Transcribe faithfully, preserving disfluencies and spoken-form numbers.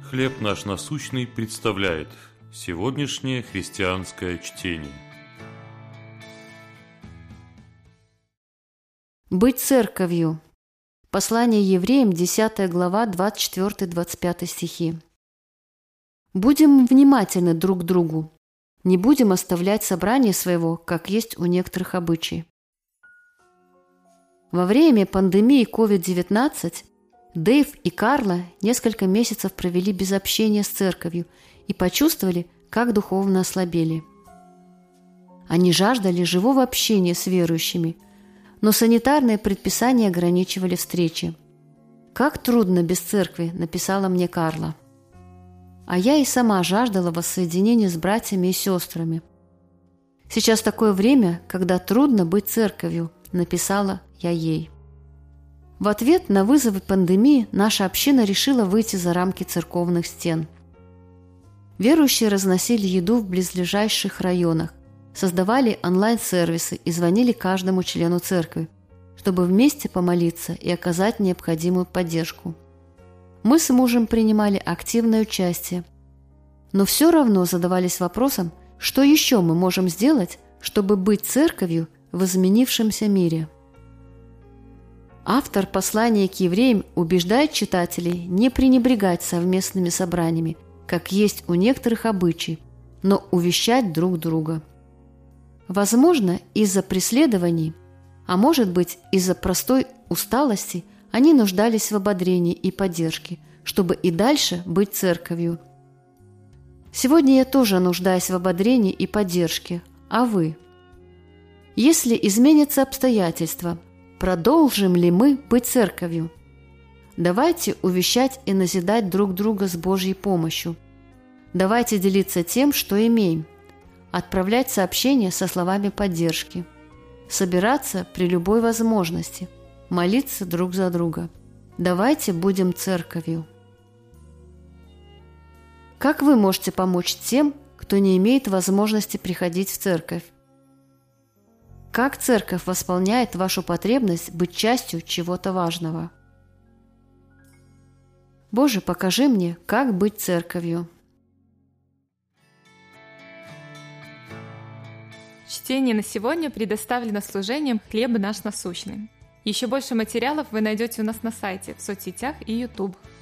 «Хлеб наш насущный» представляет сегодняшнее христианское чтение. Быть церковью. Послание евреям, десятая глава, двадцать четвёртый - двадцать пятый стихи. Будем внимательны друг к другу. Не будем оставлять собрание своего, как есть у некоторых обычай. Во время пандемии ковид девятнадцать Дэйв и Карла несколько месяцев провели без общения с церковью и почувствовали, как духовно ослабели. Они жаждали живого общения с верующими, но санитарные предписания ограничивали встречи. «Как трудно без церкви», — написала мне Карла. А я и сама жаждала воссоединения с братьями и сестрами. «Сейчас такое время, когда трудно быть церковью», — написала я ей. В ответ на вызовы пандемии наша община решила выйти за рамки церковных стен. Верующие разносили еду в близлежащих районах, создавали онлайн-сервисы и звонили каждому члену церкви, чтобы вместе помолиться и оказать необходимую поддержку. Мы с мужем принимали активное участие, но все равно задавались вопросом, что еще мы можем сделать, чтобы быть церковью в изменившемся мире. Автор послания к евреям убеждает читателей не пренебрегать совместными собраниями, как есть у некоторых обычай, но увещать друг друга. Возможно, из-за преследований, а может быть, из-за простой усталости, они нуждались в ободрении и поддержке, чтобы и дальше быть церковью. Сегодня я тоже нуждаюсь в ободрении и поддержке, а вы? Если изменятся обстоятельства, продолжим ли мы быть церковью? Давайте увещать и назидать друг друга с Божьей помощью. Давайте делиться тем, что имеем. Отправлять сообщения со словами поддержки. Собираться при любой возможности. Молиться друг за друга. Давайте будем церковью. Как вы можете помочь тем, кто не имеет возможности приходить в церковь? Как церковь восполняет вашу потребность быть частью чего-то важного? Боже, покажи мне, как быть церковью. Чтение на сегодня предоставлено служением «Хлеб наш насущный». Еще больше материалов вы найдете у нас на сайте, в соцсетях и YouTube.